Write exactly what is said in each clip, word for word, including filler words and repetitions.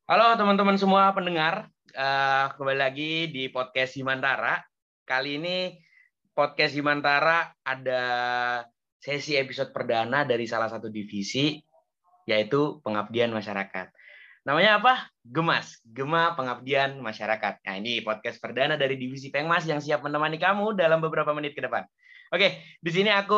Halo teman-teman semua pendengar, uh, kembali lagi di podcast Himantara. Kali ini podcast Himantara ada sesi episode perdana dari salah satu divisi, yaitu pengabdian masyarakat. Namanya apa? Gemas, Gema Pengabdian Masyarakat. Nah, ini podcast perdana dari divisi Pengmas yang siap menemani kamu dalam beberapa menit ke depan. Oke, di sini aku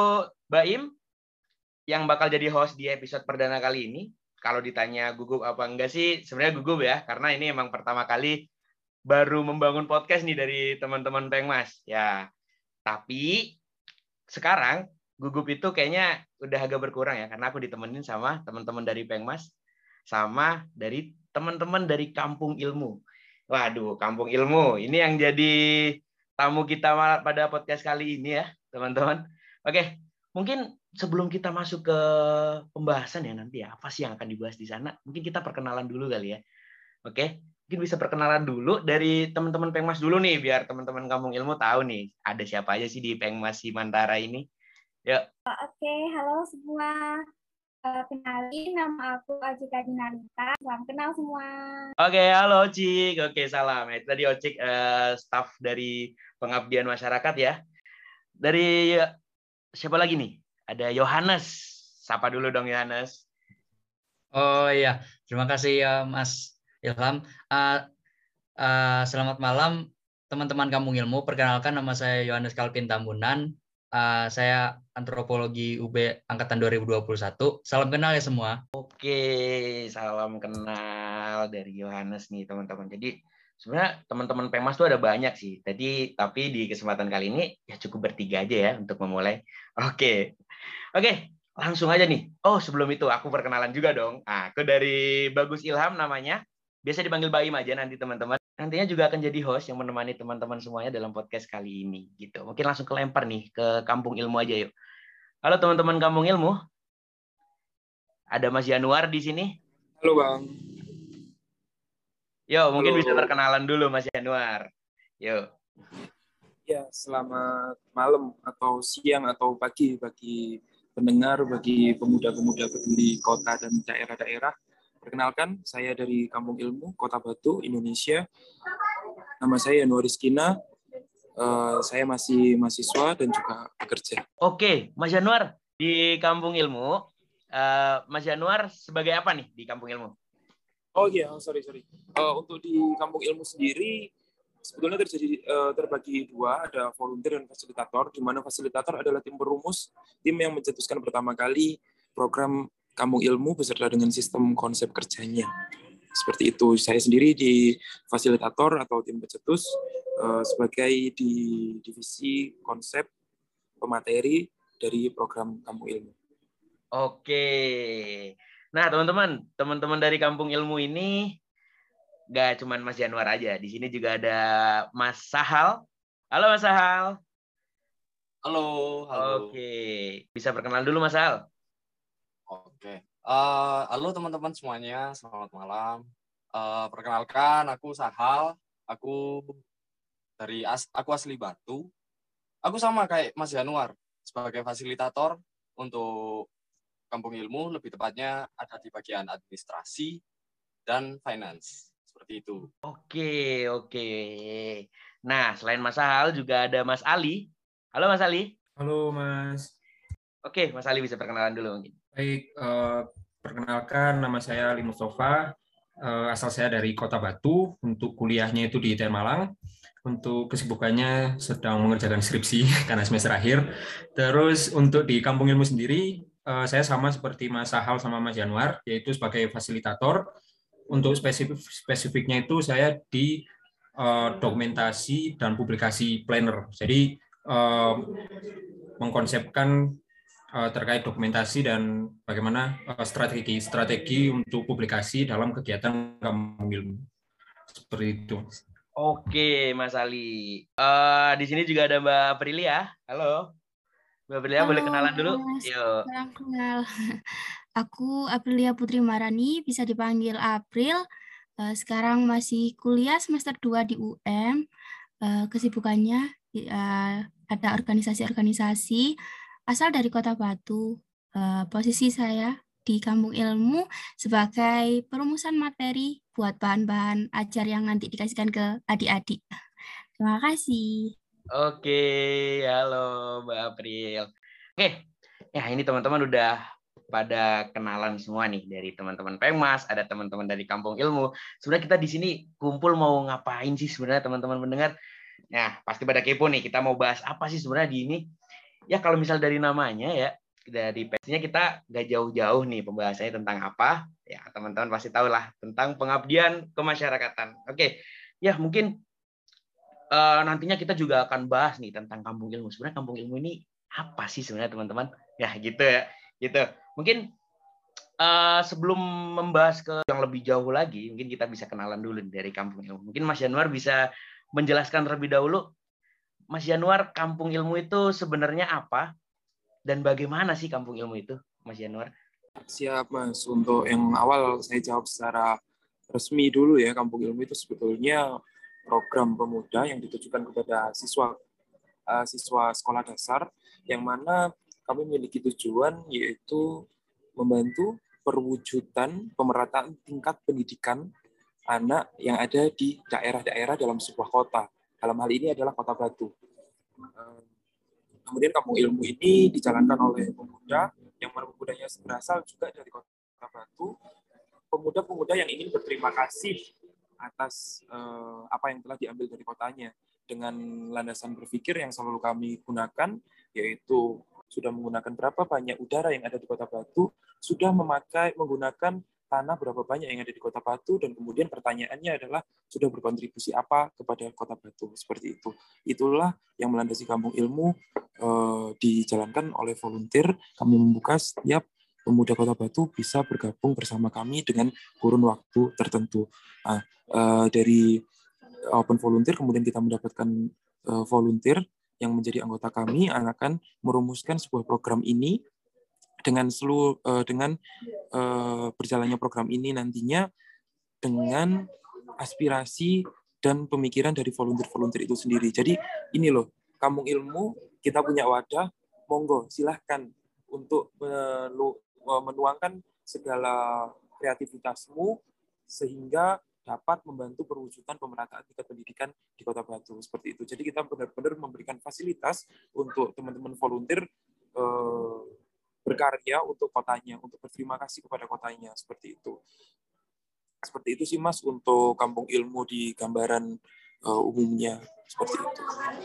Baim yang bakal jadi host di episode perdana kali ini. Kalau ditanya gugup apa enggak sih, sebenarnya gugup ya, karena ini emang pertama kali baru membangun podcast nih dari teman-teman Pengmas. Ya, tapi sekarang gugup itu kayaknya udah agak berkurang ya, karena aku ditemenin sama teman-teman dari Pengmas, sama dari teman-teman dari Kampung Ilmu. Waduh, Kampung Ilmu. Ini yang jadi tamu kita pada podcast kali ini ya, teman-teman. Oke, mungkin sebelum kita masuk ke pembahasan ya nanti ya, apa sih yang akan dibahas di sana? Mungkin kita perkenalan dulu kali ya. Oke, mungkin bisa perkenalan dulu dari teman-teman Pengmas dulu nih, biar teman-teman Kampung Ilmu tahu nih, ada siapa aja sih di Pengmas Himantara ini. Yuk. Oke, halo semua. Uh, kenalin, nama aku Ojika Dinarita. Salam kenal semua. Oke, halo Cik. Oke, salam. Itu tadi Ocik, uh, staff dari Pengabdian Masyarakat ya. Dari siapa lagi nih? Ada Yohanes. Sapa dulu dong Yohanes. Oh iya, terima kasih ya Mas Ilham. Uh, uh, selamat malam teman-teman Kampung Ilmu. Perkenalkan, nama saya Yohanes Kalvin Tambunan. Uh, saya antropologi U B angkatan dua ribu dua puluh satu. Salam kenal ya semua. Oke, salam kenal dari Yohanes nih teman-teman. Jadi sebenarnya teman-teman Pengmas tuh ada banyak sih. Tadi tapi di kesempatan kali ini ya cukup bertiga aja ya untuk memulai. Oke. Oke, langsung aja nih. Oh, sebelum itu aku perkenalan juga dong. Nah, aku dari Bagus Ilham namanya. Biasa dipanggil Baim aja nanti teman-teman. Nantinya juga akan jadi host yang menemani teman-teman semuanya dalam podcast kali ini gitu. Mungkin langsung kelempar nih ke Kampung Ilmu aja yuk. Halo teman-teman Kampung Ilmu. Ada Mas Januar di sini. Halo Bang. Yo, mungkin Halo. bisa perkenalan dulu Mas Januar. Yo. Ya, selamat malam atau siang atau pagi bagi pendengar, bagi pemuda-pemuda peduli kota dan daerah-daerah. Perkenalkan, saya dari Kampung Ilmu, Kota Batu, Indonesia. Nama saya Yanuar Rizkina. Uh, saya masih mahasiswa dan juga bekerja. Oke, Mas Januar di Kampung Ilmu. Uh, Mas Januar sebagai apa nih di Kampung Ilmu? Oh iya, sorry sorry. Uh, untuk di Kampung Ilmu sendiri sebetulnya terjadi uh, terbagi dua, ada volunteer dan fasilitator, di mana fasilitator adalah tim perumus, tim yang mencetuskan pertama kali program Kampung Ilmu beserta dengan sistem konsep kerjanya. Seperti itu. Saya sendiri di fasilitator atau tim pencetus uh, sebagai di divisi konsep pemateri dari program Kampung Ilmu. Oke. Nah, teman-teman, teman-teman dari Kampung Ilmu ini nggak cuma Mas Januar aja. Di sini juga ada Mas Sahal. Halo Mas Sahal. Halo, halo. Oke. Bisa perkenalan dulu Mas Sahal? Oke. Uh, halo teman-teman semuanya, selamat malam. Uh, perkenalkan, aku Sahal. Aku dari as aku asli Batu. Aku sama kayak Mas Januar sebagai fasilitator untuk Kampung Ilmu, lebih tepatnya ada di bagian administrasi dan finance. Seperti itu. Oke, oke. Nah, selain Mas Sahal juga ada Mas Ali. Halo Mas Ali. Halo Mas. Oke, Mas Ali bisa perkenalan dulu mungkin. Baik, uh, perkenalkan nama saya Ali Mustafa. Uh, asal saya dari Kota Batu. Untuk kuliahnya itu di I T N Malang. Untuk kesibukannya sedang mengerjakan skripsi karena semester akhir. Terus untuk di Kampung Ilmu sendiri, uh, saya sama seperti Mas Sahal sama Mas Januar, yaitu sebagai fasilitator. Untuk spesifik spesifiknya itu saya di uh, dokumentasi dan publikasi planner. Jadi uh, mengkonsepkan uh, terkait dokumentasi dan bagaimana uh, strategi strategi untuk publikasi dalam kegiatan Kampung Ilmu. Seperti itu. Oke, Mas Ali. Uh, di sini juga ada Mbak Aprilia. Halo. Mbak Aprilia, boleh kenalan dulu? Yuk. Salam kenal. Aku Aprilia Putri Marani, bisa dipanggil April. Sekarang masih kuliah semester dua di U M. Kesibukannya ada organisasi-organisasi asal dari Kota Batu. Posisi saya di Kampung Ilmu sebagai perumusan materi buat bahan-bahan ajar yang nanti dikasihkan ke adik-adik. Terima kasih. Oke, halo Mbak April. Oke, ya ini teman-teman udah pada kenalan semua nih dari teman-teman Pengmas, ada teman-teman dari Kampung Ilmu. Sebenarnya kita di sini kumpul mau ngapain sih sebenarnya teman-teman mendengar? Nah, pasti pada kepo nih, kita mau bahas apa sih sebenarnya di ini? Ya kalau misal dari namanya ya, dari pastinya kita nggak jauh-jauh nih pembahasannya tentang apa? Ya teman-teman pasti tahu lah tentang pengabdian kemasyarakatan. Oke, ya mungkin uh, nantinya kita juga akan bahas nih tentang Kampung Ilmu. Sebenarnya Kampung Ilmu ini apa sih sebenarnya teman-teman? Ya gitu ya, gitu. Mungkin uh, sebelum membahas ke yang lebih jauh lagi, mungkin kita bisa kenalan dulu dari Kampung Ilmu. Mungkin Mas Januar bisa menjelaskan terlebih dahulu, Mas Januar, Kampung Ilmu itu sebenarnya apa dan bagaimana sih Kampung Ilmu itu, Mas Januar? Siap, Mas. Untuk yang awal saya jawab secara resmi dulu ya. Kampung Ilmu itu sebetulnya program pemuda yang ditujukan kepada siswa uh, siswa sekolah dasar, yang mana kami memiliki tujuan yaitu membantu perwujudan pemerataan tingkat pendidikan anak yang ada di daerah-daerah dalam sebuah kota. Dalam hal ini adalah Kota Batu. Kemudian Kampung Ilmu ini dijalankan oleh pemuda, yang mana pemudanya berasal juga dari Kota Batu. Pemuda-pemuda yang ingin berterima kasih atas eh, apa yang telah diambil dari kotanya, dengan landasan berpikir yang selalu kami gunakan, yaitu sudah menggunakan berapa banyak udara yang ada di Kota Batu, sudah memakai menggunakan tanah berapa banyak yang ada di Kota Batu, dan kemudian pertanyaannya adalah sudah berkontribusi apa kepada Kota Batu, seperti itu. Itulah yang melandasi Kampung Ilmu, eh, dijalankan oleh volunteer. Kami membuka setiap pemuda Kota Batu bisa bergabung bersama kami dengan kurun waktu tertentu. Nah, eh, dari open volunteer kemudian kita mendapatkan eh, volunteer yang menjadi anggota kami, akan merumuskan sebuah program ini. Dengan seluruh uh, dengan uh, berjalannya program ini nantinya dengan aspirasi dan pemikiran dari volunteer-volunteer itu sendiri. Jadi ini loh, Kampung Ilmu, kita punya wadah, monggo silahkan untuk melu, menuangkan segala kreativitasmu sehingga dapat membantu perwujudan pemerataan tingkat pendidikan di Kota Batu, seperti itu. Jadi kita benar-benar memberikan fasilitas untuk teman-teman volunteer uh, berkarya untuk kotanya, untuk berterima kasih kepada kotanya, seperti itu. Seperti itu sih Mas untuk Kampung Ilmu di gambaran uh, umumnya, seperti itu.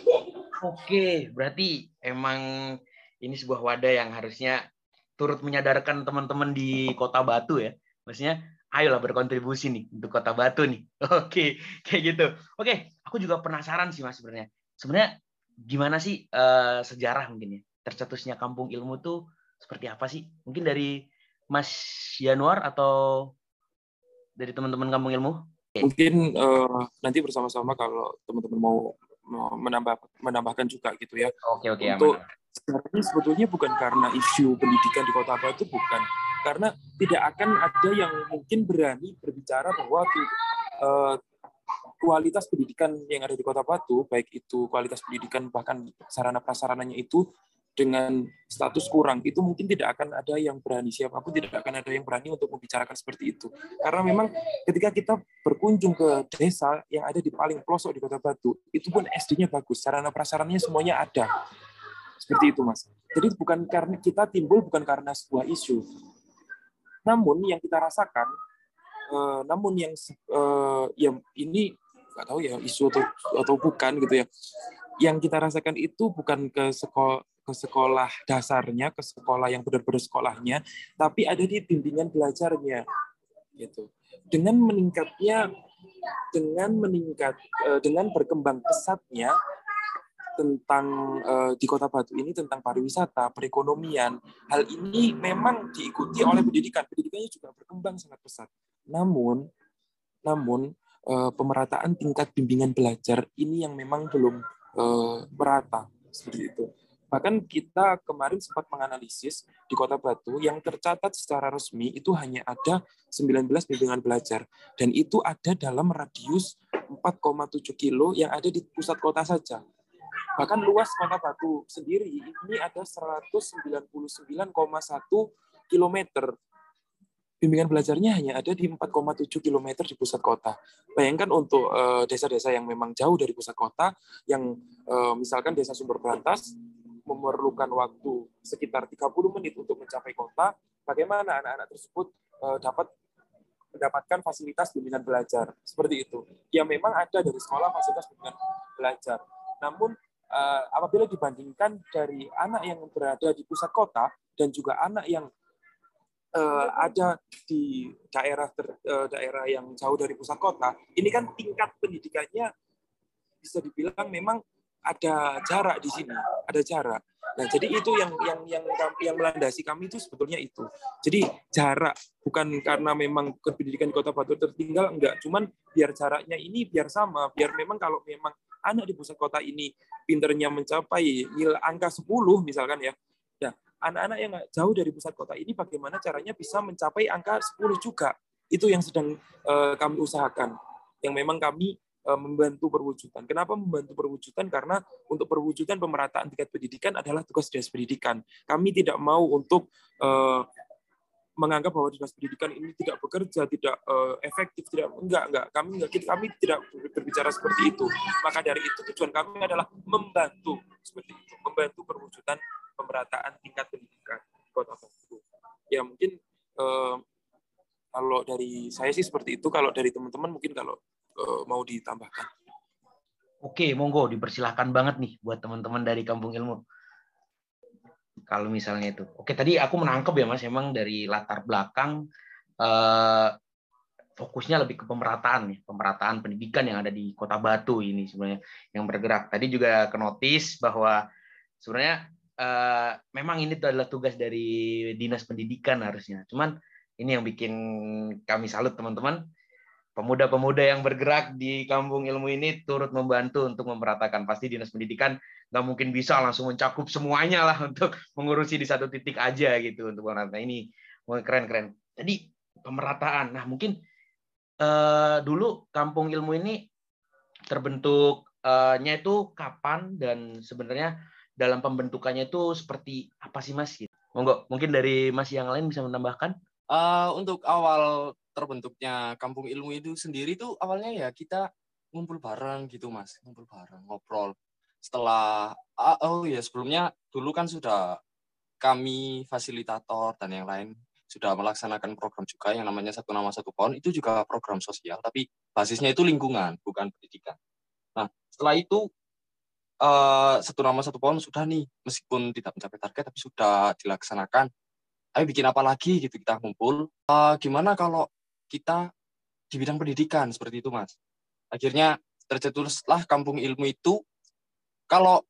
Oke, berarti emang ini sebuah wadah yang harusnya turut menyadarkan teman-teman di Kota Batu ya. Maksudnya ayolah berkontribusi nih untuk Kota Batu nih. Oke, kayak gitu. Oke, aku juga penasaran sih Mas sebenarnya. Sebenarnya gimana sih uh, sejarah mungkin ya tercetusnya Kampung Ilmu tuh seperti apa sih? Mungkin dari Mas Januar atau dari teman-teman Kampung Ilmu? Mungkin uh, nanti bersama-sama kalau teman-teman mau, mau menambah menambahkan juga gitu ya. Oke oke. Untuk sebenarnya sebetulnya bukan karena isu pendidikan di Kota Batu, bukan. Karena tidak akan ada yang mungkin berani berbicara bahwa uh, kualitas pendidikan yang ada di Kota Batu, baik itu kualitas pendidikan bahkan sarana prasarananya itu dengan status kurang, itu mungkin tidak akan ada yang berani, siapapun tidak akan ada yang berani untuk membicarakan seperti itu. Karena memang ketika kita berkunjung ke desa yang ada di paling pelosok di Kota Batu, itu pun S D-nya bagus, sarana prasarannya semuanya ada. Seperti itu, Mas. Jadi bukan karena kita timbul bukan karena sebuah isu. Namun yang kita rasakan, eh, namun yang eh, yang ini nggak tahu ya isu atau atau bukan gitu ya. Yang kita rasakan itu bukan ke sekolah ke sekolah dasarnya, ke sekolah yang benar-benar sekolahnya, tapi ada di bimbingan belajarnya, gitu. Dengan meningkatnya, dengan meningkat, dengan berkembang pesatnya tentang di Kota Batu ini tentang pariwisata, perekonomian, hal ini memang diikuti oleh pendidikan. Pendidikannya juga berkembang sangat pesat. Namun, namun pemerataan tingkat bimbingan belajar ini yang memang belum merata seperti itu. Bahkan kita kemarin sempat menganalisis di Kota Batu yang tercatat secara resmi itu hanya ada sembilan belas bimbingan belajar, dan itu ada dalam radius empat koma tujuh kilo yang ada di pusat kota saja. Bahkan luas Kota Batu sendiri ini ada seratus sembilan puluh sembilan koma satu kilometer. bimbingan belajarnya hanya ada di empat koma tujuh kilometer di pusat kota. Bayangkan untuk uh, desa-desa yang memang jauh dari pusat kota, yang uh, misalkan desa Sumber Berantas memerlukan waktu sekitar tiga puluh menit untuk mencapai kota, bagaimana anak-anak tersebut uh, dapat mendapatkan fasilitas bimbingan belajar seperti itu. Ya memang ada dari sekolah fasilitas bimbingan belajar. Namun uh, apabila dibandingkan dari anak yang berada di pusat kota dan juga anak yang uh, ada di daerah ter, uh, daerah yang jauh dari pusat kota, ini kan tingkat pendidikannya bisa dibilang memang ada jarak di sini, ada jarak. Nah, jadi itu yang yang yang yang melandasi kami itu sebetulnya itu. Jadi jarak, bukan karena memang pendidikan di Kota Batu tertinggal, enggak. Cuman biar jaraknya ini biar sama, biar memang kalau memang anak di pusat kota ini pinternya mencapai nilai angka sepuluh misalkan ya, ya anak-anak yang jauh dari pusat kota ini bagaimana caranya bisa mencapai angka sepuluh juga. Itu yang sedang uh, kami usahakan. Yang memang kami membantu perwujudan. Kenapa membantu perwujudan? Karena untuk perwujudan pemerataan tingkat pendidikan adalah tugas dinas pendidikan. Kami tidak mau untuk uh, menganggap bahwa dinas pendidikan ini tidak bekerja, tidak uh, efektif, tidak enggak enggak. Kami enggak kami tidak berbicara seperti itu. Maka dari itu tujuan kami adalah membantu seperti itu, membantu perwujudan pemerataan tingkat pendidikan Kota Batu. Ya mungkin uh, kalau dari saya sih seperti itu. Kalau dari teman-teman mungkin kalau mau ditambahkan. Oke, monggo dipersilahkan banget nih buat teman-teman dari Kampung Ilmu. Kalau misalnya itu. Oke, tadi aku menangkap ya Mas, emang dari latar belakang eh, fokusnya lebih ke pemerataan nih, pemerataan pendidikan yang ada di Kota Batu ini sebenarnya yang bergerak. Tadi juga kenotis bahwa sebenarnya eh, memang ini adalah tugas dari Dinas Pendidikan harusnya. Cuman ini yang bikin kami salut teman-teman. Pemuda-pemuda yang bergerak di Kampung Ilmu ini turut membantu untuk memeratakan. Pasti Dinas Pendidikan nggak mungkin bisa langsung mencakup semuanya lah untuk mengurusi di satu titik aja gitu untuk pemerataan ini. Keren-keren. Jadi pemerataan. Nah mungkin eh, dulu Kampung Ilmu ini terbentuknya itu kapan dan sebenarnya dalam pembentukannya itu seperti apa sih Mas? Monggo, mungkin dari Mas yang lain bisa menambahkan? Uh, untuk awal terbentuknya Kampung Ilmu itu sendiri tuh awalnya ya kita ngumpul bareng gitu Mas, ngumpul bareng, ngobrol. Setelah, uh, oh ya sebelumnya dulu kan sudah kami fasilitator dan yang lain sudah melaksanakan program juga yang namanya Satu Nama Satu Pohon, itu juga program sosial, tapi basisnya itu lingkungan, bukan pendidikan. Nah setelah itu uh, Satu Nama Satu Pohon sudah nih, meskipun tidak mencapai target, tapi sudah dilaksanakan. Ayo bikin apa lagi gitu, kita kumpul. Uh, gimana kalau kita di bidang pendidikan seperti itu Mas. Akhirnya tercetuslah Kampung Ilmu itu. Kalau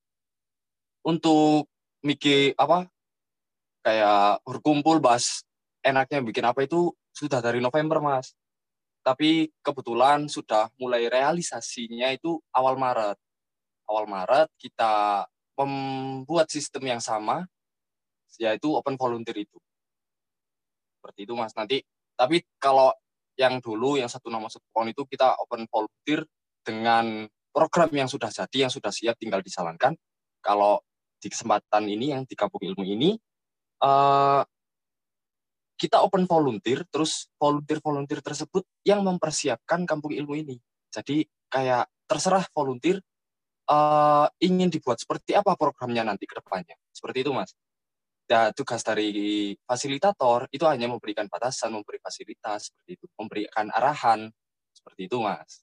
untuk mikir apa kayak berkumpul bahas enaknya bikin apa itu sudah dari November Mas. Tapi kebetulan sudah mulai realisasinya itu awal Maret. Awal Maret kita membuat sistem yang sama, yaitu open volunteer itu. Seperti itu Mas. Nanti tapi kalau yang dulu yang Satu Nama Satu Pohon itu kita open volunteer dengan program yang sudah jadi, yang sudah siap tinggal dijalankan. Kalau di kesempatan ini yang di Kampung Ilmu ini uh, kita open volunteer, terus volunteer-volunteer tersebut yang mempersiapkan Kampung Ilmu ini. Jadi kayak terserah volunteer uh, ingin dibuat seperti apa programnya nanti ke depannya. Seperti itu Mas. Ya, tugas dari fasilitator itu hanya memberikan batasan, memberi fasilitas, seperti itu, memberikan arahan, seperti itu, Mas.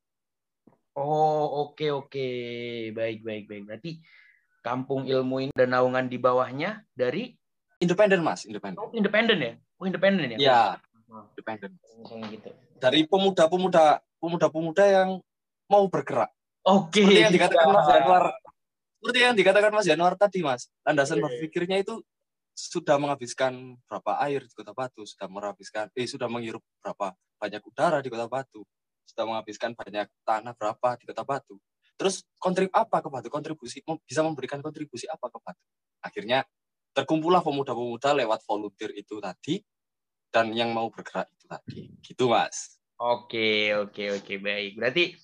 Oh, oke, oke. Baik, baik, baik. Berarti Kampung Ilmu ini ada naungan di bawahnya dari? Independen, Mas. Independen. Oh, independen ya? Oh, independen ya? Iya, independen. Gitu. Dari pemuda-pemuda pemuda-pemuda yang mau bergerak. Oke. Seperti yang dikatakan Mas Januar. Seperti yang dikatakan Mas Januar tadi, Mas. Landasan berpikirnya itu sudah menghabiskan berapa air di Kota Batu, sudah menghabiskan, eh sudah menghirup berapa banyak udara di Kota Batu, sudah menghabiskan banyak tanah berapa di Kota Batu. Terus kontrib apa ke Batu? Kontribusi bisa memberikan kontribusi apa ke Batu? Akhirnya terkumpullah pemuda-pemuda lewat volunteer itu tadi dan yang mau bergerak itu tadi. Gitu, Mas. Oke, oke, oke, baik. Berarti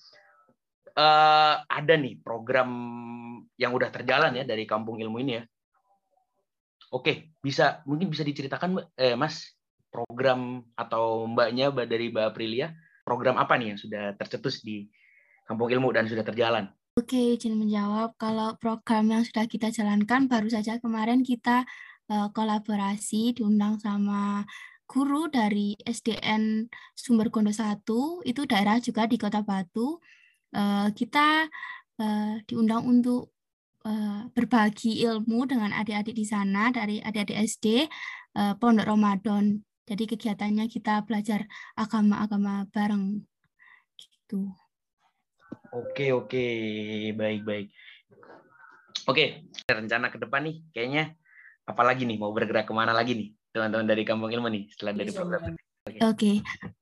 uh, ada nih program yang udah terjalan ya dari Kampung Ilmu ini ya. Oke, bisa mungkin bisa diceritakan eh, Mas program atau mbaknya dari Mbak Aprilia, program apa nih yang sudah tercetus di Kampung Ilmu dan sudah terjalan? Oke, izin menjawab. Kalau program yang sudah kita jalankan, baru saja kemarin kita uh, kolaborasi, diundang sama guru dari S D N Sumbergondo satu, itu daerah juga di Kota Batu. Uh, kita uh, diundang untuk uh, berbagi ilmu dengan adik-adik di sana, dari adik-adik S D, uh, Pondok Ramadan. Jadi kegiatannya kita belajar agama-agama bareng gitu. Oke, oke. Baik, baik. Oke, rencana ke depan nih, kayaknya apalagi nih, mau bergerak kemana lagi nih, teman-teman dari Kampung Ilmu nih, setelah dari program. Oke, okay.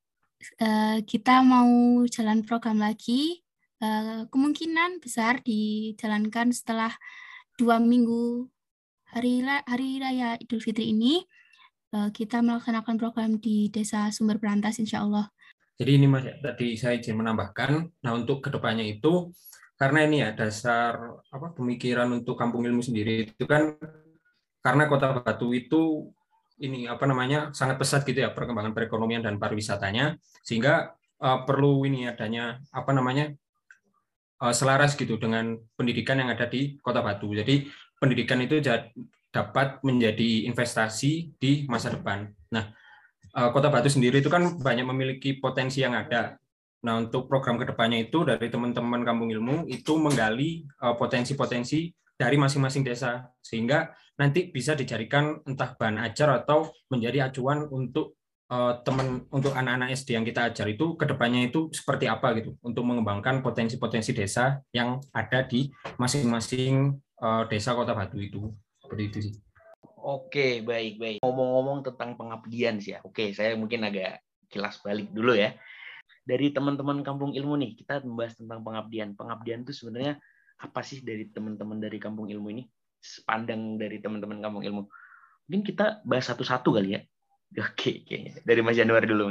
uh, kita mau jalan program lagi, uh, kemungkinan besar dijalankan setelah dua minggu hari, hari Raya Idul Fitri ini, uh, kita melaksanakan program di Desa Sumber Berantas, insya Allah. Jadi ini Mas, tadi saya izin menambahkan, nah untuk kedepannya itu, karena ini ya dasar apa pemikiran untuk Kampung Ilmu sendiri itu kan, karena Kota Batu itu ini apa namanya sangat pesat gitu ya perkembangan perekonomian dan pariwisatanya, sehingga uh, perlu ini adanya apa namanya uh, selaras gitu dengan pendidikan yang ada di Kota Batu. Jadi pendidikan itu dapat menjadi investasi di masa depan. Nah, Kota Batu sendiri itu kan banyak memiliki potensi yang ada. Nah, untuk program kedepannya itu dari teman-teman Kampung Ilmu itu menggali potensi-potensi dari masing-masing desa, sehingga nanti bisa dijadikan entah bahan ajar atau menjadi acuan untuk teman untuk anak-anak S D yang kita ajar itu kedepannya itu seperti apa gitu, untuk mengembangkan potensi-potensi desa yang ada di masing-masing desa Kota Batu itu. Seperti itu sih. Oke, baik-baik. Ngomong-ngomong tentang pengabdian sih ya. Oke, saya mungkin agak kilas balik dulu ya. Dari teman-teman Kampung Ilmu nih, kita membahas tentang pengabdian. Pengabdian itu sebenarnya apa sih dari teman-teman dari Kampung Ilmu ini? Sepandang dari teman-teman Kampung Ilmu. Mungkin kita bahas satu-satu kali ya. Oke, kayaknya. Dari Mas Januar dulu.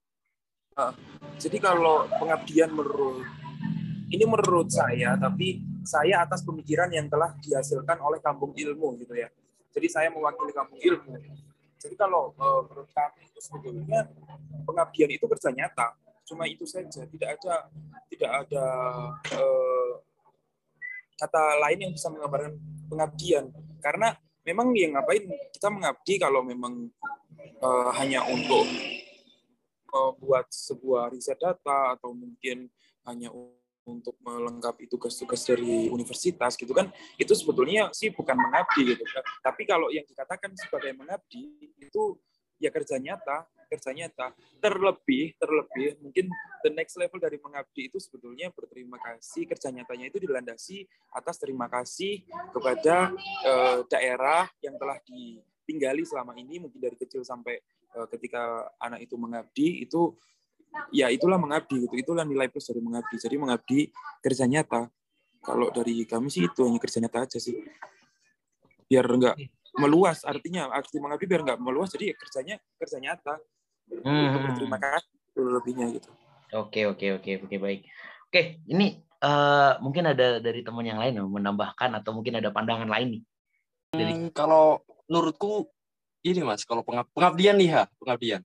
Uh, jadi kalau pengabdian menurut, ini menurut saya, tapi saya atas pemikiran yang telah dihasilkan oleh Kampung Ilmu gitu ya. Jadi saya mewakili Kampung Ilmu. Jadi kalau uh, menurut kami itu sebetulnya pengabdian itu kerja nyata. Cuma itu saja. Tidak ada tidak ada uh, kata lain yang bisa menggambarkan pengabdian. Karena memang yang ngapain kita mengabdi kalau memang uh, hanya untuk membuat uh, sebuah riset data atau mungkin hanya untuk melengkapi tugas-tugas dari universitas gitu kan, itu sebetulnya sih bukan mengabdi gitu kan. Tapi kalau yang dikatakan sebagai mengabdi itu ya kerja nyata, kerja nyata. Terlebih, terlebih mungkin the next level dari mengabdi itu sebetulnya berterima kasih, kerja nyatanya itu dilandasi atas terima kasih kepada eh, daerah yang telah ditinggali selama ini, mungkin dari kecil sampai eh, ketika anak itu mengabdi itu. Ya itulah mengabdi gitu, itulah nilai plus dari mengabdi. Jadi mengabdi kerja nyata. Kalau dari kami sih itu hanya kerja nyata aja sih. Biar enggak meluas, artinya arti mengabdi biar enggak meluas, jadi kerjanya kerja nyata. Hmm. Untuk berterima kasih lebihnya gitu. Oke oke oke oke baik. Oke ini uh, mungkin ada dari teman yang lain yang menambahkan atau mungkin ada pandangan lain nih. Dari... Hmm, kalau menurutku ini Mas, kalau pengabdian nih ya pengabdian.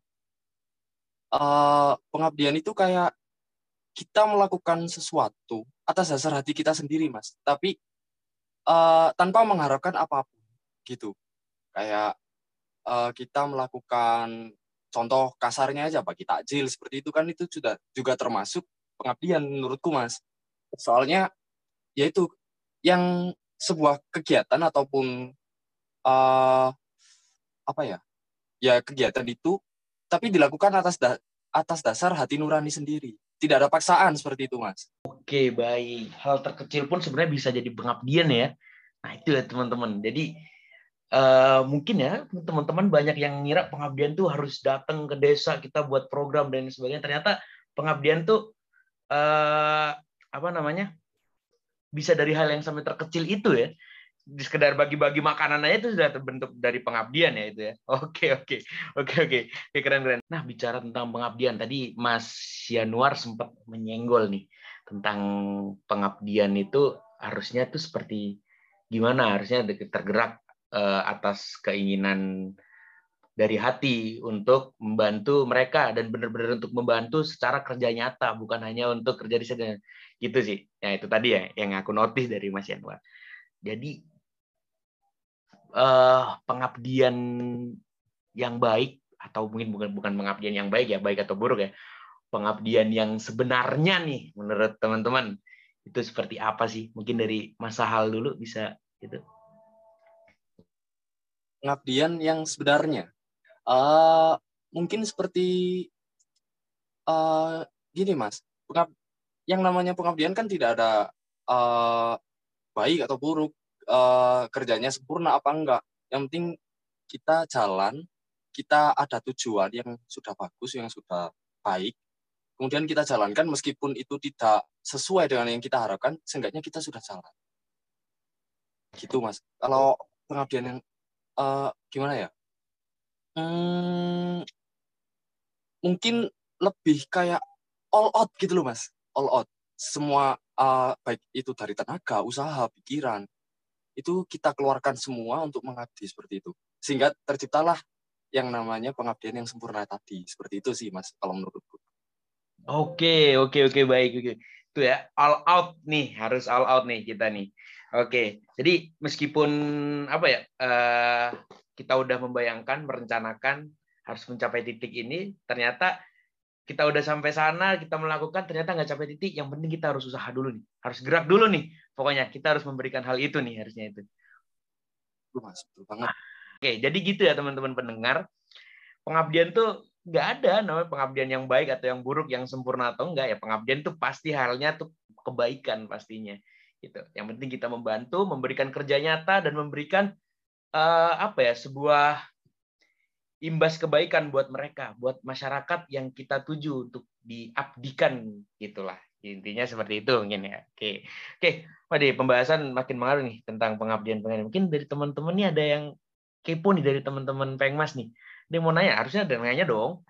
Uh, pengabdian itu kayak kita melakukan sesuatu atas dasar hati kita sendiri, Mas. Tapi uh, tanpa mengharapkan apapun, gitu. Kayak uh, kita melakukan contoh kasarnya aja bagi takjil seperti itu kan itu sudah juga termasuk pengabdian menurutku, Mas. Soalnya yaitu yang sebuah kegiatan ataupun uh, apa ya? Ya kegiatan itu tapi dilakukan atas da- atas dasar hati nurani sendiri. Tidak ada paksaan seperti itu, Mas. Oke, baik. Hal terkecil pun sebenarnya bisa jadi pengabdian ya. Nah, itu ya teman-teman. Jadi uh, mungkin ya teman-teman banyak yang ngira pengabdian tuh harus datang ke desa kita buat program dan sebagainya. Ternyata pengabdian tuh uh, apa namanya? Bisa dari hal yang sampai terkecil itu ya. Sekedar bagi-bagi makanan aja itu sudah terbentuk dari pengabdian ya itu ya. Oke oke oke oke keren keren. Nah bicara tentang pengabdian tadi Mas Januar sempat menyenggol nih tentang pengabdian itu harusnya tuh seperti gimana, harusnya tergerak uh, atas keinginan dari hati untuk membantu mereka dan benar-benar untuk membantu secara kerja nyata, bukan hanya untuk kerja di sana. Gitu sih. Ya itu tadi ya yang aku notice dari Mas Yanwar. Jadi eh, pengabdian yang baik atau mungkin bukan bukan pengabdian yang baik ya, baik atau buruk ya. Pengabdian yang sebenarnya nih menurut teman-teman itu seperti apa sih? Mungkin dari Mas Sahal dulu bisa gitu. Pengabdian yang sebenarnya. Uh, mungkin seperti uh, gini Mas, Pengab yang namanya pengabdian kan tidak ada uh, baik atau buruk, uh, kerjanya sempurna apa enggak. Yang penting kita jalan, kita ada tujuan yang sudah bagus, yang sudah baik, kemudian kita jalankan meskipun itu tidak sesuai dengan yang kita harapkan, seenggaknya kita sudah jalan. Gitu Mas. Kalau pengabdian yang uh, gimana ya? Hmm, mungkin lebih kayak all out gitu loh Mas, all out. Semua uh, baik itu dari tenaga, usaha, pikiran, itu kita keluarkan semua untuk mengabdi seperti itu. Sehingga terciptalah yang namanya pengabdian yang sempurna tadi. Seperti itu sih Mas, kalau menurutku. Oke, oke, oke, baik. Oke. Itu ya, all out nih, harus all out nih kita nih. Oke, jadi meskipun apa ya, uh, kita udah membayangkan, merencanakan harus mencapai titik ini, ternyata kita udah sampai sana, kita melakukan, ternyata nggak capai titik, yang penting kita harus usaha dulu nih, harus gerak dulu nih. Pokoknya kita harus memberikan hal itu nih, harusnya itu. Betul Mas, betul banget. Oke, jadi gitu ya teman-teman pendengar. Pengabdian tuh nggak ada namanya pengabdian yang baik atau yang buruk, yang sempurna atau enggak ya. Pengabdian tuh pasti halnya tuh kebaikan pastinya. Gitu. Yang penting kita membantu, memberikan kerja nyata dan memberikan uh, apa ya sebuah imbas kebaikan buat mereka, buat masyarakat yang kita tuju untuk diabdikan, gitulah. Intinya seperti itu mungkin ya. Oke, oke, Waduh, pembahasan makin mengaruh nih tentang pengabdian pengabdian. Mungkin dari teman-teman nih ada yang kepo nih dari teman-teman Pengmas nih. Dia mau nanya, harusnya ada yang nanya dong.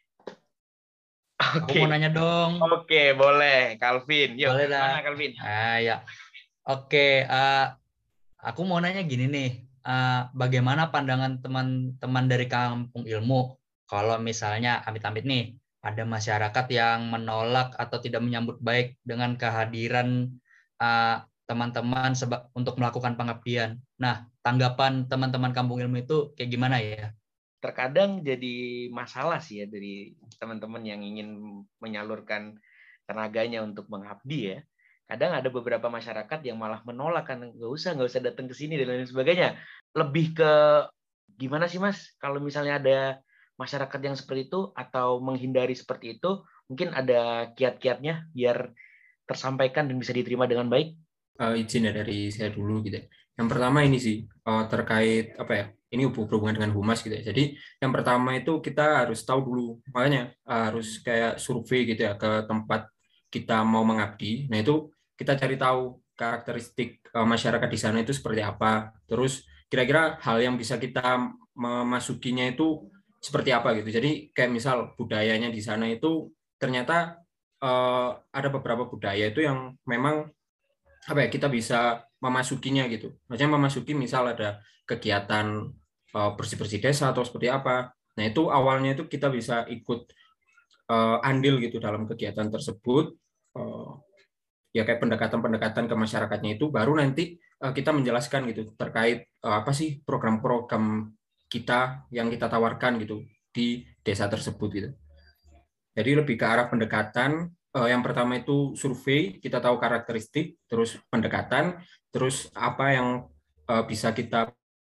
Aku Oke, mau nanya dong. oke, boleh, Calvin. Yuk, Boleh mana dah. Calvin? Ah, ya. Oke, uh, aku mau nanya gini nih. Uh, bagaimana pandangan teman-teman dari Kampung Ilmu kalau misalnya amit-amit nih ada masyarakat yang menolak atau tidak menyambut baik dengan kehadiran uh, teman-teman seba- untuk melakukan pengabdian. Nah, tanggapan teman-teman Kampung Ilmu itu kayak gimana ya? Terkadang jadi masalah sih ya dari teman-teman yang ingin menyalurkan tenaganya untuk mengabdi ya. Kadang ada beberapa masyarakat yang malah menolak kan, nggak usah nggak usah datang ke sini dan lain sebagainya. Lebih ke gimana sih Mas kalau misalnya ada masyarakat yang seperti itu atau menghindari seperti itu, mungkin ada kiat-kiatnya biar tersampaikan dan bisa diterima dengan baik. Uh, izin ya dari saya dulu gitu. Yang pertama ini sih uh, terkait apa ya? Ini berhubungan dengan humas gitu ya. Jadi yang pertama itu kita harus tahu dulu, makanya uh, harus kayak survei gitu ya ke tempat kita mau mengabdi. Nah itu kita cari tahu karakteristik uh, masyarakat di sana itu seperti apa. Terus kira-kira hal yang bisa kita memasukinya itu seperti apa gitu. Jadi kayak misal budayanya di sana itu ternyata uh, ada beberapa budaya itu yang memang apa ya kita bisa memasukinya gitu. Maksudnya memasuki misal ada kegiatan uh, bersih-bersih desa atau seperti apa. Nah, itu awalnya itu kita bisa ikut uh, andil gitu dalam kegiatan tersebut. Uh, ya kayak pendekatan-pendekatan ke masyarakatnya itu baru nanti uh, kita menjelaskan gitu terkait uh, apa sih program-program kita yang kita tawarkan gitu di desa tersebut gitu. Jadi lebih ke arah pendekatan. Yang pertama itu survei, kita tahu karakteristik, terus pendekatan, terus apa yang bisa kita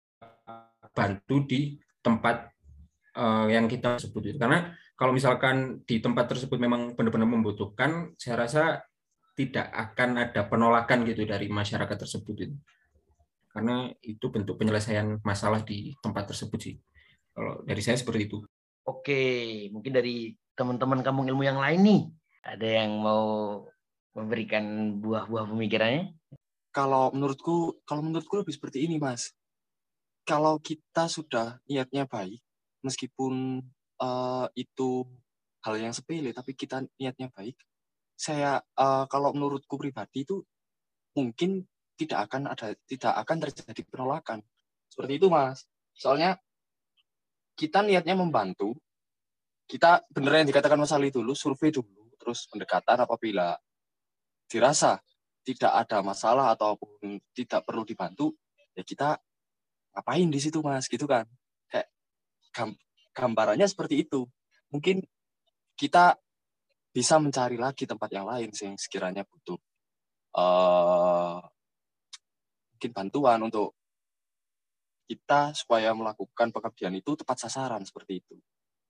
bantu di tempat yang kita sebut itu. Karena kalau misalkan di tempat tersebut memang benar-benar membutuhkan, saya rasa tidak akan ada penolakan gitu dari masyarakat tersebut itu. Karena itu bentuk penyelesaian masalah di tempat tersebut sih. Kalau dari saya seperti itu. Oke, mungkin dari teman-teman Kampung Ilmu yang lain nih, ada yang mau memberikan buah-buah pemikirannya? Kalau menurutku, kalau menurutku lebih seperti ini, Mas. Kalau kita sudah niatnya baik, meskipun uh, itu hal yang sepele, tapi kita niatnya baik, saya uh, kalau menurutku pribadi itu mungkin tidak akan ada, tidak akan terjadi penolakan. Seperti itu, Mas. Soalnya kita niatnya membantu, kita benar yang dikatakan Mas Ali dulu, survei dulu, terus pendekatan apabila dirasa tidak ada masalah ataupun tidak perlu dibantu, ya kita ngapain di situ Mas, gitu kan. Kayak gambarannya seperti itu. Mungkin kita bisa mencari lagi tempat yang lain yang sekiranya butuh uh, mungkin bantuan untuk kita supaya melakukan pengabdian itu tepat sasaran seperti itu.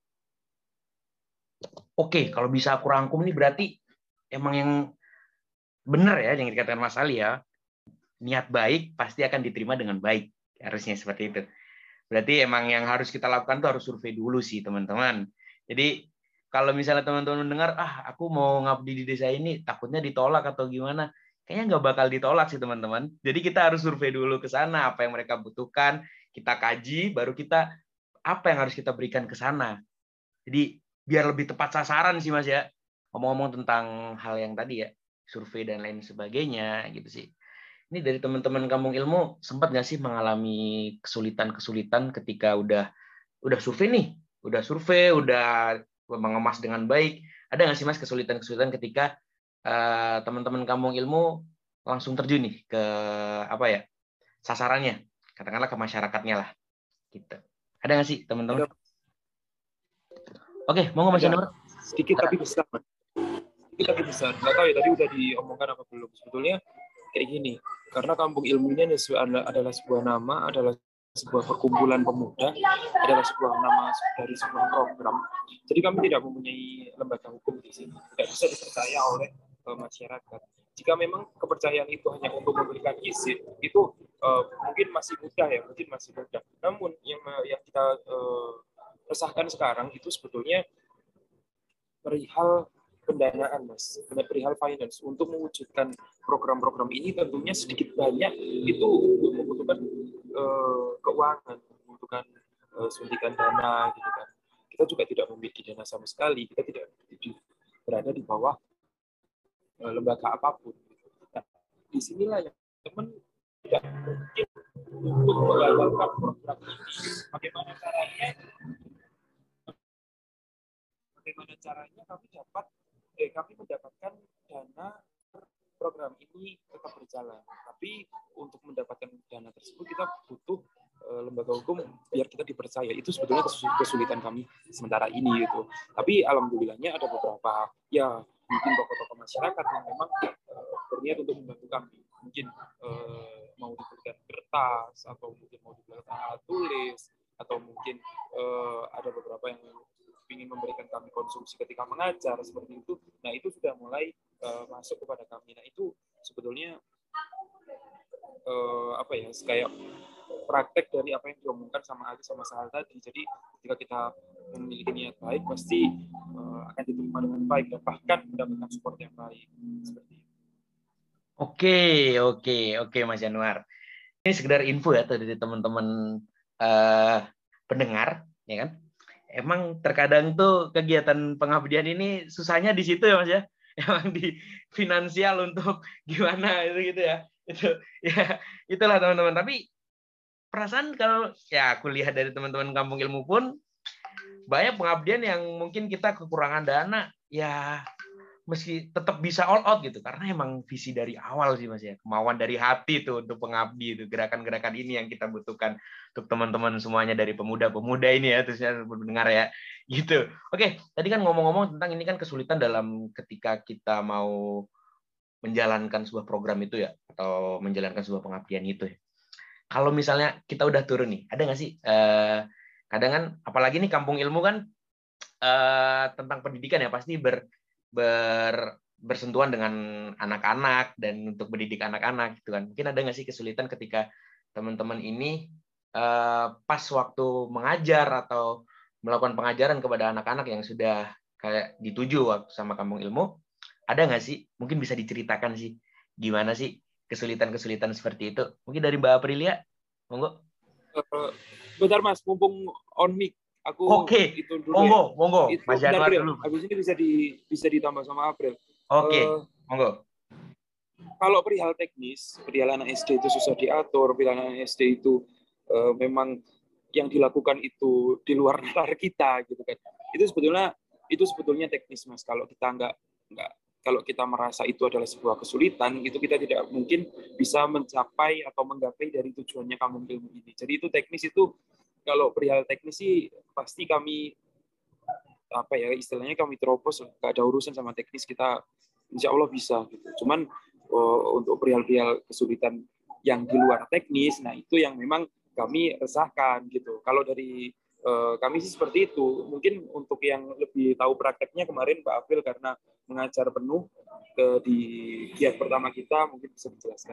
Oke, kalau bisa aku rangkum nih berarti emang yang benar ya yang dikatakan Mas Ali ya. Niat baik pasti akan diterima dengan baik. Harusnya seperti itu. Berarti emang yang harus kita lakukan tuh harus survei dulu sih teman-teman. Jadi kalau misalnya teman-teman mendengar, ah aku mau ngabdi di desa ini, takutnya ditolak atau gimana, kayaknya nggak bakal ditolak sih teman-teman. Jadi kita harus survei dulu ke sana, apa yang mereka butuhkan, kita kaji, baru kita apa yang harus kita berikan ke sana. Jadi biar lebih tepat sasaran sih Mas ya. Ngomong-ngomong tentang hal yang tadi ya, survei dan lain sebagainya gitu sih. Ini dari teman-teman Kampung Ilmu sempat nggak sih mengalami kesulitan-kesulitan ketika udah udah survei nih, udah survei, udah mengemas dengan baik. Ada nggak sih Mas kesulitan-kesulitan ketika uh, teman-teman Kampung Ilmu langsung terjun nih ke apa ya sasarannya, katakanlah ke masyarakatnya lah, gitu. Ada nggak sih teman-teman? Oke, monggo Mas Januar. Sedikit tapi besar, sedikit tapi besar. Nggak tahu ya tadi udah diomongkan apa belum. Sebetulnya kayak gini, karena Kampung Ilmunya adalah sebuah nama, adalah sebuah perkumpulan pemuda, adalah sebuah nama dari sebuah program. Jadi kami tidak mempunyai lembaga hukum di sini, tidak bisa dipercaya oleh uh, masyarakat. Jika memang kepercayaan itu hanya untuk memberikan izin, itu uh, mungkin masih mudah ya, mungkin masih mudah. Namun yang yang kita uh, resahkan sekarang itu sebetulnya perihal pendanaan, Mas, perihal finance untuk mewujudkan program-program ini tentunya sedikit banyak itu membutuhkan uh, keuangan, membutuhkan uh, suntikan dana, gitu kan. Kita juga tidak memiliki dana sama sekali, kita tidak berada di bawah uh, lembaga apapun. Nah, disinilah yang teman tidak mungkin untuk menggagalkan program ini. Bagaimana caranya? Bagaimana caranya kami dapat Eh, kami mendapatkan dana program ini tetap berjalan. Tapi untuk mendapatkan dana tersebut kita butuh uh, lembaga hukum biar kita dipercaya. Itu sebetulnya kesulitan kami sementara ini gitu. Tapi alhamdulillahnya ada beberapa ya mungkin tokoh-tokoh masyarakat yang memang uh, berniat untuk membantu kami. Mungkin uh, mau diberikan kertas atau mungkin mau diberikan alat tulis atau mungkin uh, ada beberapa yang ingin memberikan kami konsumsi ketika mengajar seperti itu. Nah itu sudah mulai uh, masuk kepada kami. Nah itu sebetulnya uh, apa ya kayak praktek dari apa yang diomongkan sama Ali sama Sahal tadi. Jadi ketika kita memiliki niat baik pasti uh, akan diterima dengan baik dan bahkan mendapatkan support yang baik seperti itu. Oke oke oke Mas Januar. Ini sekedar info ya dari teman-teman uh, pendengar, ya kan? Emang terkadang tuh kegiatan pengabdian ini susahnya di situ ya Mas ya. Emang di finansial untuk gimana itu gitu ya. Itu ya itulah teman-teman. Tapi perasaan kalau ya aku lihat dari teman-teman Kampung Ilmu pun banyak pengabdian yang mungkin kita kekurangan dana ya meski tetap bisa all out gitu karena emang visi dari awal sih Mas ya, kemauan dari hati tuh untuk pengabdi itu, gerakan-gerakan ini yang kita butuhkan untuk teman-teman semuanya dari pemuda-pemuda ini ya terusnya mendengar ya gitu. Oke, tadi kan ngomong-ngomong tentang ini kan kesulitan dalam ketika kita mau menjalankan sebuah program itu ya atau menjalankan sebuah pengabdian itu ya. Kalau misalnya kita udah turun nih, ada nggak sih eh, kadang kan apalagi nih Kampung Ilmu kan eh, tentang pendidikan ya pasti ber ber bersentuhan dengan anak-anak dan untuk mendidik anak-anak gitu kan. Mungkin ada nggak sih kesulitan ketika teman-teman ini uh, pas waktu mengajar atau melakukan pengajaran kepada anak-anak yang sudah kayak dituju waktu sama Kampung Ilmu, ada nggak sih? Mungkin bisa diceritakan sih gimana sih kesulitan-kesulitan seperti itu. Mungkin dari Mbak Aprilia, monggo. Uh, bentar Mas, mumpung on mic. Aku Oke, itu dulu monggo, ya. monggo, itu Mas Januar April. dulu. Habis ini bisa di bisa ditambah sama April. Oke, uh, monggo. Kalau perihal teknis, perihal anak S D itu susah diatur, perihal anak S D itu uh, memang yang dilakukan itu di luar nalar kita gitu kan. Itu sebetulnya itu sebetulnya teknis Mas. Kalau kita nggak nggak kalau kita merasa itu adalah sebuah kesulitan, itu kita tidak mungkin bisa mencapai atau menggapai dari tujuannya kampung ilmu ini. Jadi itu teknis itu, kalau perihal teknis sih pasti kami apa ya istilahnya kami terobos, nggak ada urusan sama teknis, kita insya Allah bisa gitu. Cuman oh, untuk perihal-perihal kesulitan yang di luar teknis, nah itu yang memang kami resahkan gitu. Kalau dari eh, kami sih seperti itu. Mungkin untuk yang lebih tahu prakteknya kemarin Pak April karena mengajar penuh ke di giat pertama kita, mungkin bisa dijelaskan.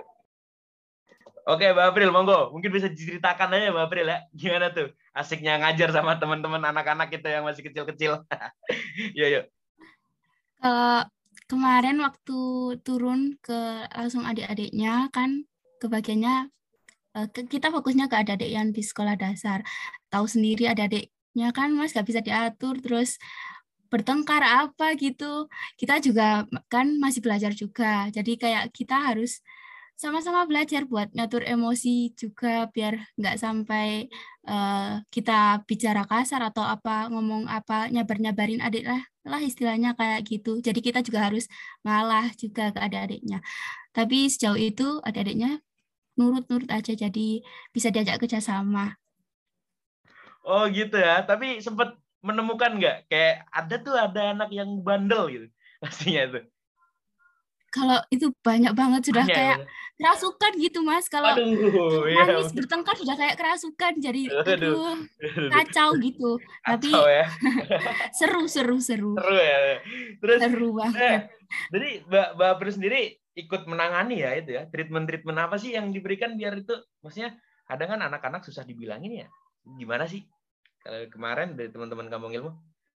Oke, Mbak April, monggo. Mungkin bisa diceritakan aja, Mbak April ya. Gimana tuh asiknya ngajar sama teman-teman anak-anak kita yang masih kecil-kecil. Yuk, yuk. Kalau kemarin waktu turun ke langsung adik-adiknya kan, kebagiannya kita fokusnya ke adik-adik yang di sekolah dasar. Tahu sendiri adik-adiknya kan Mas gak bisa diatur, terus bertengkar apa gitu. Kita juga kan masih belajar juga. Jadi kayak kita harus sama-sama belajar buat ngatur emosi juga biar nggak sampai uh, kita bicara kasar atau apa, ngomong apa, nyabar-nyabarin adik lah, lah istilahnya kayak gitu. Jadi kita juga harus ngalah juga ke adik-adiknya. Tapi sejauh itu adik-adiknya nurut-nurut aja, jadi bisa diajak kerjasama. Oh gitu ya, tapi sempat menemukan nggak? Kayak ada tuh ada anak yang bandel gitu, pastinya itu. Kalau itu banyak banget, sudah banyak, kayak banyak. Kerasukan gitu Mas. Kalau aduh, nangis ya. bertengkar sudah kayak kerasukan, jadi aduh, aduh. kacau gitu. Kacau, tapi ya. seru seru seru. Seru ya. Terus seru banget. Eh, jadi Mbak Mbak April sendiri ikut menangani ya itu ya, treatment-treatment apa sih yang diberikan biar itu, maksudnya kadang kan anak-anak susah dibilangin ya. Gimana sih kalau kemarin dari teman-teman Kampung Ilmu?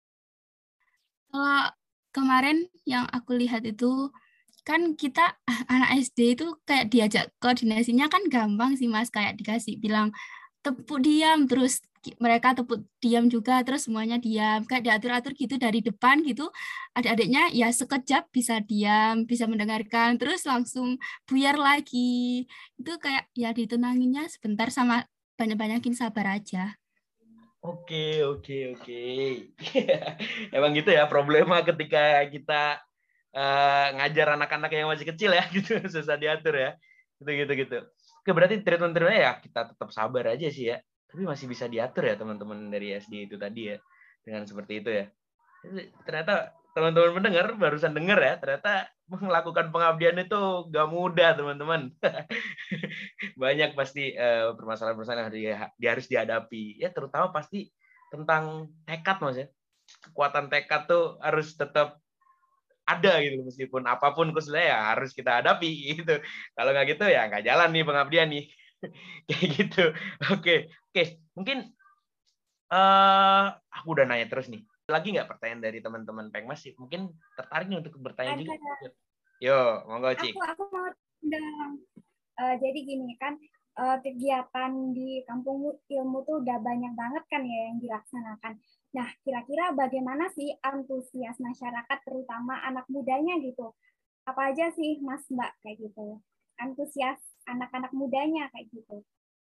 Kalau kemarin yang aku lihat itu kan kita anak S D itu kayak diajak koordinasinya kan gampang sih Mas, kayak dikasih bilang tepuk diam, terus mereka tepuk diam juga, terus semuanya diam, kayak diatur-atur gitu dari depan gitu. Adik-adiknya ya sekejap bisa diam, bisa mendengarkan, terus langsung buyar lagi. Itu kayak ya ditenanginnya sebentar, sama banyak-banyakin sabar aja. Oke, oke, oke. Emang gitu ya problema ketika kita uh, ngajar anak-anak yang masih kecil ya, gitu, susah diatur ya, gitu-gitu gitu. Oke, berarti treatment-treatmentnya ya kita tetap sabar aja sih ya, tapi masih bisa diatur ya teman-teman dari S D itu tadi ya, dengan seperti itu ya. Ternyata teman-teman mendengar, barusan dengar ya, ternyata melakukan pengabdian itu gak mudah teman-teman. Banyak pasti uh, permasalahan-permasalahan yang dia harus dihadapi ya, terutama pasti tentang tekad Mas ya. Kekuatan tekad tuh harus tetap ada gitu, meskipun apapun kesulitan ya harus kita hadapi gitu. Kalau nggak gitu ya nggak jalan nih pengabdian nih. Kayak gitu. Oke, oke. Mungkin uh, aku udah nanya terus nih. Lagi nggak pertanyaan dari teman-teman Pengmas sih? Mungkin tertarik nih untuk bertanya juga. Yo, monggo Cik. Aku aku mau undang. Uh, jadi gini kan, uh, kegiatan di Kampung Ilmu tuh udah banyak banget kan ya yang dilaksanakan. Nah, kira-kira bagaimana sih antusias masyarakat, terutama anak mudanya gitu? Apa aja sih Mas Mbak kayak gitu? Antusias anak-anak mudanya kayak gitu.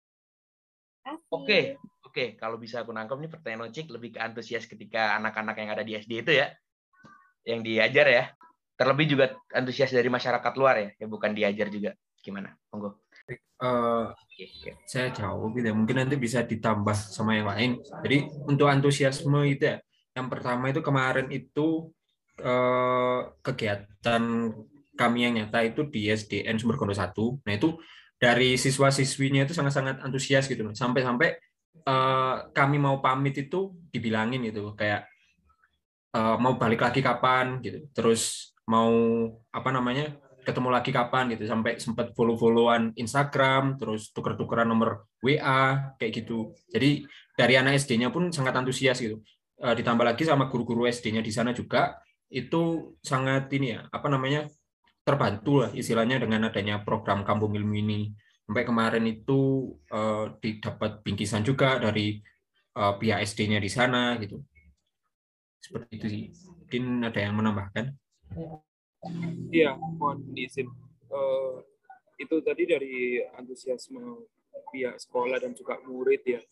Oke, oke. Kalau bisa aku nangkep nih pertanyaan Ocik lebih ke antusias ketika anak-anak yang ada di S D itu ya, yang diajar ya. Terlebih juga antusias dari masyarakat luar ya, ya bukan diajar juga. Gimana? Monggo. Uh, saya jauh gitu ya. Mungkin nanti bisa ditambah sama yang lain. Jadi untuk antusiasme itu ya, yang pertama itu kemarin itu uh, kegiatan kami yang nyata itu di S D N Sumberkondo satu. Nah itu dari siswa-siswinya itu sangat-sangat antusias gitu. Sampai-sampai uh, kami mau pamit itu dibilangin gitu, kayak uh, mau balik lagi kapan gitu. Terus mau apa namanya? ketemu lagi kapan gitu, sampai sempat follow-followan Instagram, terus tuker-tukeran nomor W A kayak gitu. Jadi dari anak S D-nya pun sangat antusias gitu. E, ditambah lagi sama guru-guru S D-nya di sana juga itu sangat ini ya, apa namanya? terbantu lah istilahnya dengan adanya program Kampung Ilmu ini. Sampai kemarin itu e, didapat bingkisan juga dari e, pihak S D-nya di sana gitu. Seperti itu sih. Mungkin ada yang menambahkan? Iya, mohon izin. Uh, itu tadi dari antusiasme pihak sekolah dan juga murid ya.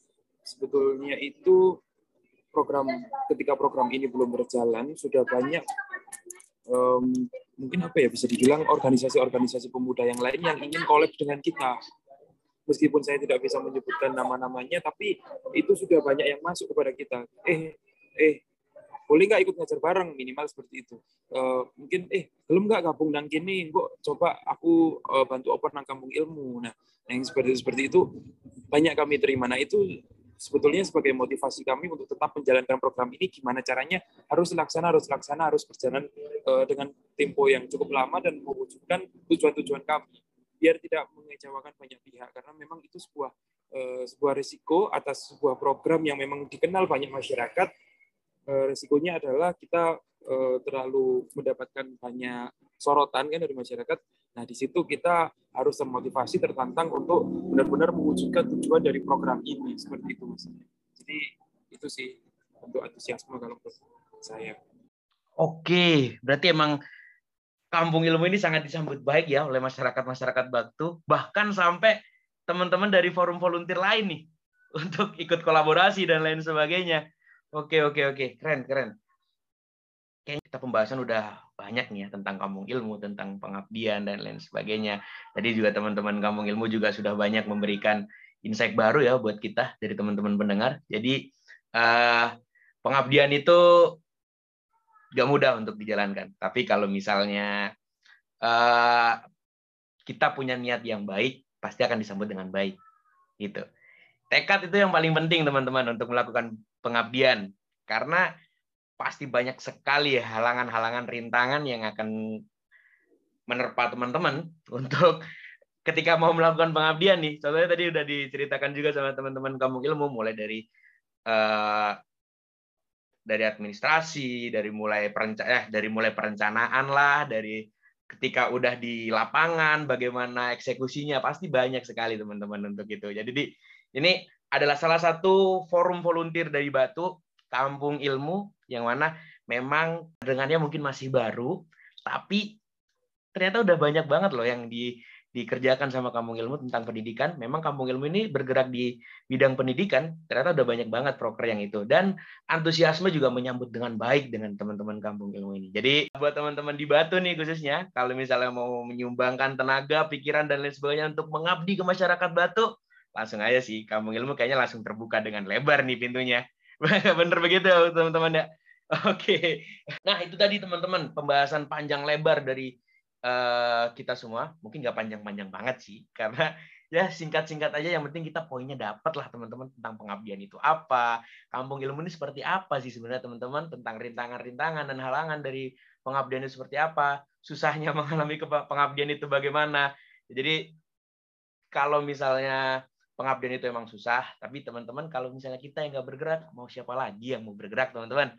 sebetulnya itu program ketika program ini belum berjalan sudah banyak um, mungkin apa ya bisa dibilang organisasi-organisasi pemuda yang lain yang ingin collab dengan kita. Meskipun saya tidak bisa menyebutkan nama-namanya, tapi itu sudah banyak yang masuk kepada kita. Eh, eh, boleh nggak ikut ngajar bareng, minimal seperti itu. Uh, mungkin, eh, belum nggak gabung nang kini, kok coba aku uh, bantu oper nang kampung ilmu. Nah, yang seperti seperti itu banyak kami terima. Nah, itu sebetulnya sebagai motivasi kami untuk tetap menjalankan program ini. Gimana caranya? Harus laksana, harus laksana, harus berjalan uh, dengan tempo yang cukup lama dan mewujudkan tujuan-tujuan kami. Biar tidak mengecewakan banyak pihak, karena memang itu sebuah uh, sebuah risiko atas sebuah program yang memang dikenal banyak masyarakat. Uh, risikonya adalah kita uh, terlalu mendapatkan banyak sorotan kan dari masyarakat. Nah, di situ kita harus termotivasi, tertantang untuk benar-benar mewujudkan tujuan dari program ini, seperti itu Mas. Jadi itu sih untuk antusiasme kalau menurut saya. Oke, berarti emang Kampung Ilmu ini sangat disambut baik ya oleh masyarakat-masyarakat Batu, bahkan sampai teman-teman dari forum volunteer lain nih untuk ikut kolaborasi dan lain sebagainya. Oke, oke, oke. Keren, keren. Kayaknya kita pembahasan udah banyak nih ya tentang Kampung Ilmu, tentang pengabdian dan lain sebagainya. Tadi juga teman-teman Kampung Ilmu juga sudah banyak memberikan insight baru ya buat kita dari teman-teman pendengar. Jadi eh, pengabdian itu gak mudah untuk dijalankan. Tapi kalau misalnya uh, kita punya niat yang baik, pasti akan disambut dengan baik. Gitu. Tekad itu yang paling penting teman-teman untuk melakukan pengabdian. Karena pasti banyak sekali halangan-halangan, rintangan yang akan menerpa teman-teman untuk ketika mau melakukan pengabdian nih. Contohnya tadi udah diceritakan juga sama teman-teman Kampung Ilmu, mulai dari uh, dari administrasi, dari mulai perencanaan, eh, dari mulai perencanaan lah, dari ketika udah di lapangan, bagaimana eksekusinya, pasti banyak sekali teman-teman untuk itu. Jadi di, ini adalah salah satu forum volunteer dari Batu, Kampung Ilmu, yang mana memang dengannya mungkin masih baru, tapi ternyata udah banyak banget loh yang di dikerjakan sama Kampung Ilmu tentang pendidikan. Memang Kampung Ilmu ini bergerak di bidang pendidikan, ternyata udah banyak banget proker yang itu. Dan antusiasme juga menyambut dengan baik dengan teman-teman Kampung Ilmu ini. Jadi buat teman-teman di Batu nih khususnya, kalau misalnya mau menyumbangkan tenaga, pikiran, dan lain sebagainya untuk mengabdi ke masyarakat Batu, langsung aja sih, Kampung Ilmu kayaknya langsung terbuka dengan lebar nih pintunya. Bener begitu teman-teman ya? Oke. Nah itu tadi teman-teman, pembahasan panjang lebar dari Uh, kita semua. Mungkin nggak panjang-panjang banget sih, karena ya singkat-singkat aja, yang penting kita poinnya dapat lah teman-teman, tentang pengabdian itu apa, Kampung Ilmu ini seperti apa sih sebenarnya teman-teman, tentang rintangan-rintangan dan halangan dari pengabdian itu seperti apa, susahnya mengalami pengabdian itu bagaimana. Jadi kalau misalnya pengabdian itu emang susah, tapi teman-teman kalau misalnya kita yang nggak bergerak, mau siapa lagi yang mau bergerak teman-teman?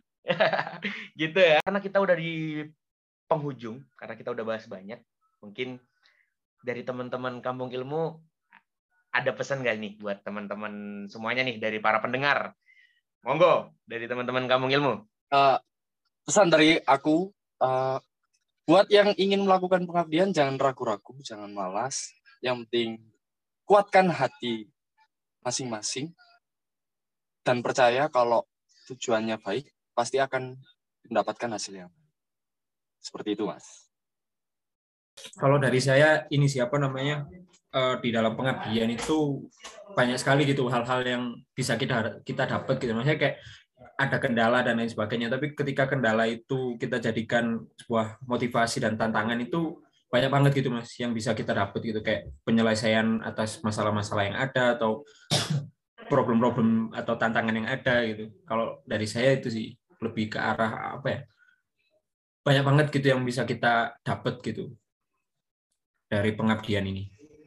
Gitu ya, karena kita udah di penghujung, karena kita udah bahas banyak. Mungkin dari teman-teman Kampung Ilmu ada pesan nggak nih buat teman-teman semuanya nih dari para pendengar? Monggo dari teman-teman Kampung Ilmu. Uh, pesan dari aku, uh, buat yang ingin melakukan pengabdian jangan ragu-ragu, jangan malas. Yang penting kuatkan hati masing-masing dan percaya kalau tujuannya baik, pasti akan mendapatkan hasilnya. Seperti itu, Mas. Kalau dari saya, ini siapa namanya, uh, di dalam pengabdian itu banyak sekali gitu hal-hal yang bisa kita kita dapat gitu. Maksudnya kayak ada kendala dan lain sebagainya. Tapi ketika kendala itu kita jadikan sebuah motivasi dan tantangan, itu banyak banget gitu Mas yang bisa kita dapat gitu, kayak penyelesaian atas masalah-masalah yang ada atau problem-problem atau tantangan yang ada gitu. Kalau dari saya itu sih lebih ke arah apa ya? Banyak banget gitu yang bisa kita dapat gitu dari pengabdian ini.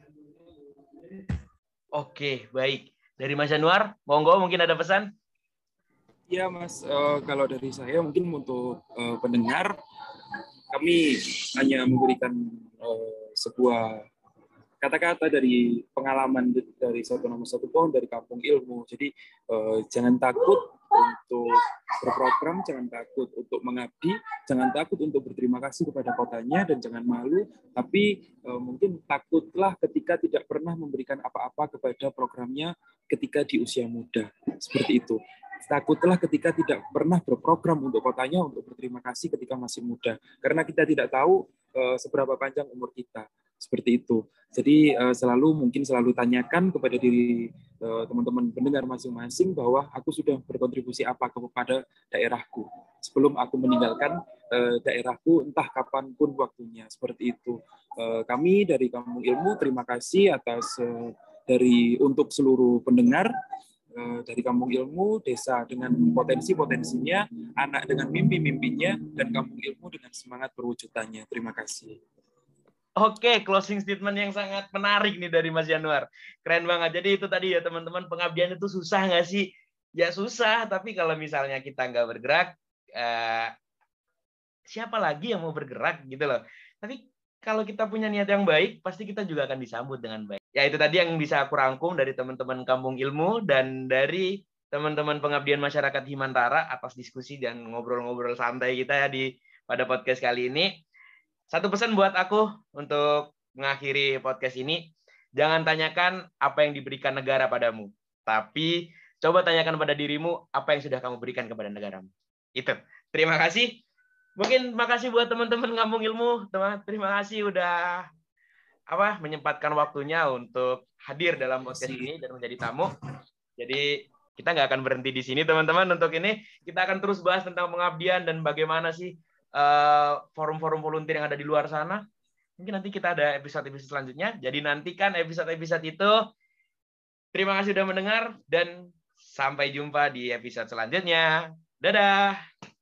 Oke, baik. Dari Mas Januar, monggo mungkin ada pesan? Ya Mas, uh, kalau dari saya mungkin untuk uh, pendengar, kami hanya memberikan uh, sebuah kata-kata dari pengalaman dari satu nama satu pohon dari Kampung Ilmu. Jadi uh, jangan takut untuk berprogram, jangan takut untuk mengabdi, jangan takut untuk berterima kasih kepada kotanya, dan jangan malu, tapi uh, mungkin takutlah ketika tidak pernah memberikan apa-apa kepada programnya ketika di usia muda. Seperti itu. Takutlah ketika tidak pernah berprogram untuk kotanya untuk berterima kasih ketika masih muda. Karena kita tidak tahu uh, seberapa panjang umur kita. Seperti itu. Jadi uh, selalu mungkin selalu tanyakan kepada diri uh, teman-teman pendengar masing-masing bahwa aku sudah berkontribusi apa kepada daerahku sebelum aku meninggalkan uh, daerahku entah kapanpun waktunya. Seperti itu. Uh, kami dari Kampung Ilmu terima kasih atas uh, dari untuk seluruh pendengar dari Kampung Ilmu, desa dengan potensi-potensinya, anak dengan mimpi-mimpinya, dan Kampung Ilmu dengan semangat perwujudannya. Terima kasih. Oke, closing statement yang sangat menarik nih dari Mas Januar. Keren banget. Jadi itu tadi ya teman-teman, pengabdian itu susah nggak sih? Ya susah, tapi kalau misalnya kita nggak bergerak, eh, siapa lagi yang mau bergerak gitu loh. Tapi kalau kita punya niat yang baik, pasti kita juga akan disambut dengan baik. Ya itu tadi yang bisa aku rangkum dari teman-teman Kampung Ilmu dan dari teman-teman pengabdian masyarakat Himantara atas diskusi dan ngobrol-ngobrol santai kita ya di pada podcast kali ini. Satu pesan buat aku untuk mengakhiri podcast ini, jangan tanyakan apa yang diberikan negara padamu, tapi coba tanyakan pada dirimu apa yang sudah kamu berikan kepada negaramu. Itu. Terima kasih. Mungkin makasih buat teman-teman Kampung Ilmu, teman. Terima kasih udah apa menyempatkan waktunya untuk hadir dalam podcast ini dan menjadi tamu. Jadi kita nggak akan berhenti di sini, teman-teman. Untuk ini kita akan terus bahas tentang pengabdian dan bagaimana sih uh, forum-forum volunteer yang ada di luar sana. Mungkin nanti kita ada episode-episode selanjutnya. Jadi nantikan episode-episode itu. Terima kasih sudah mendengar dan sampai jumpa di episode selanjutnya. Dadah.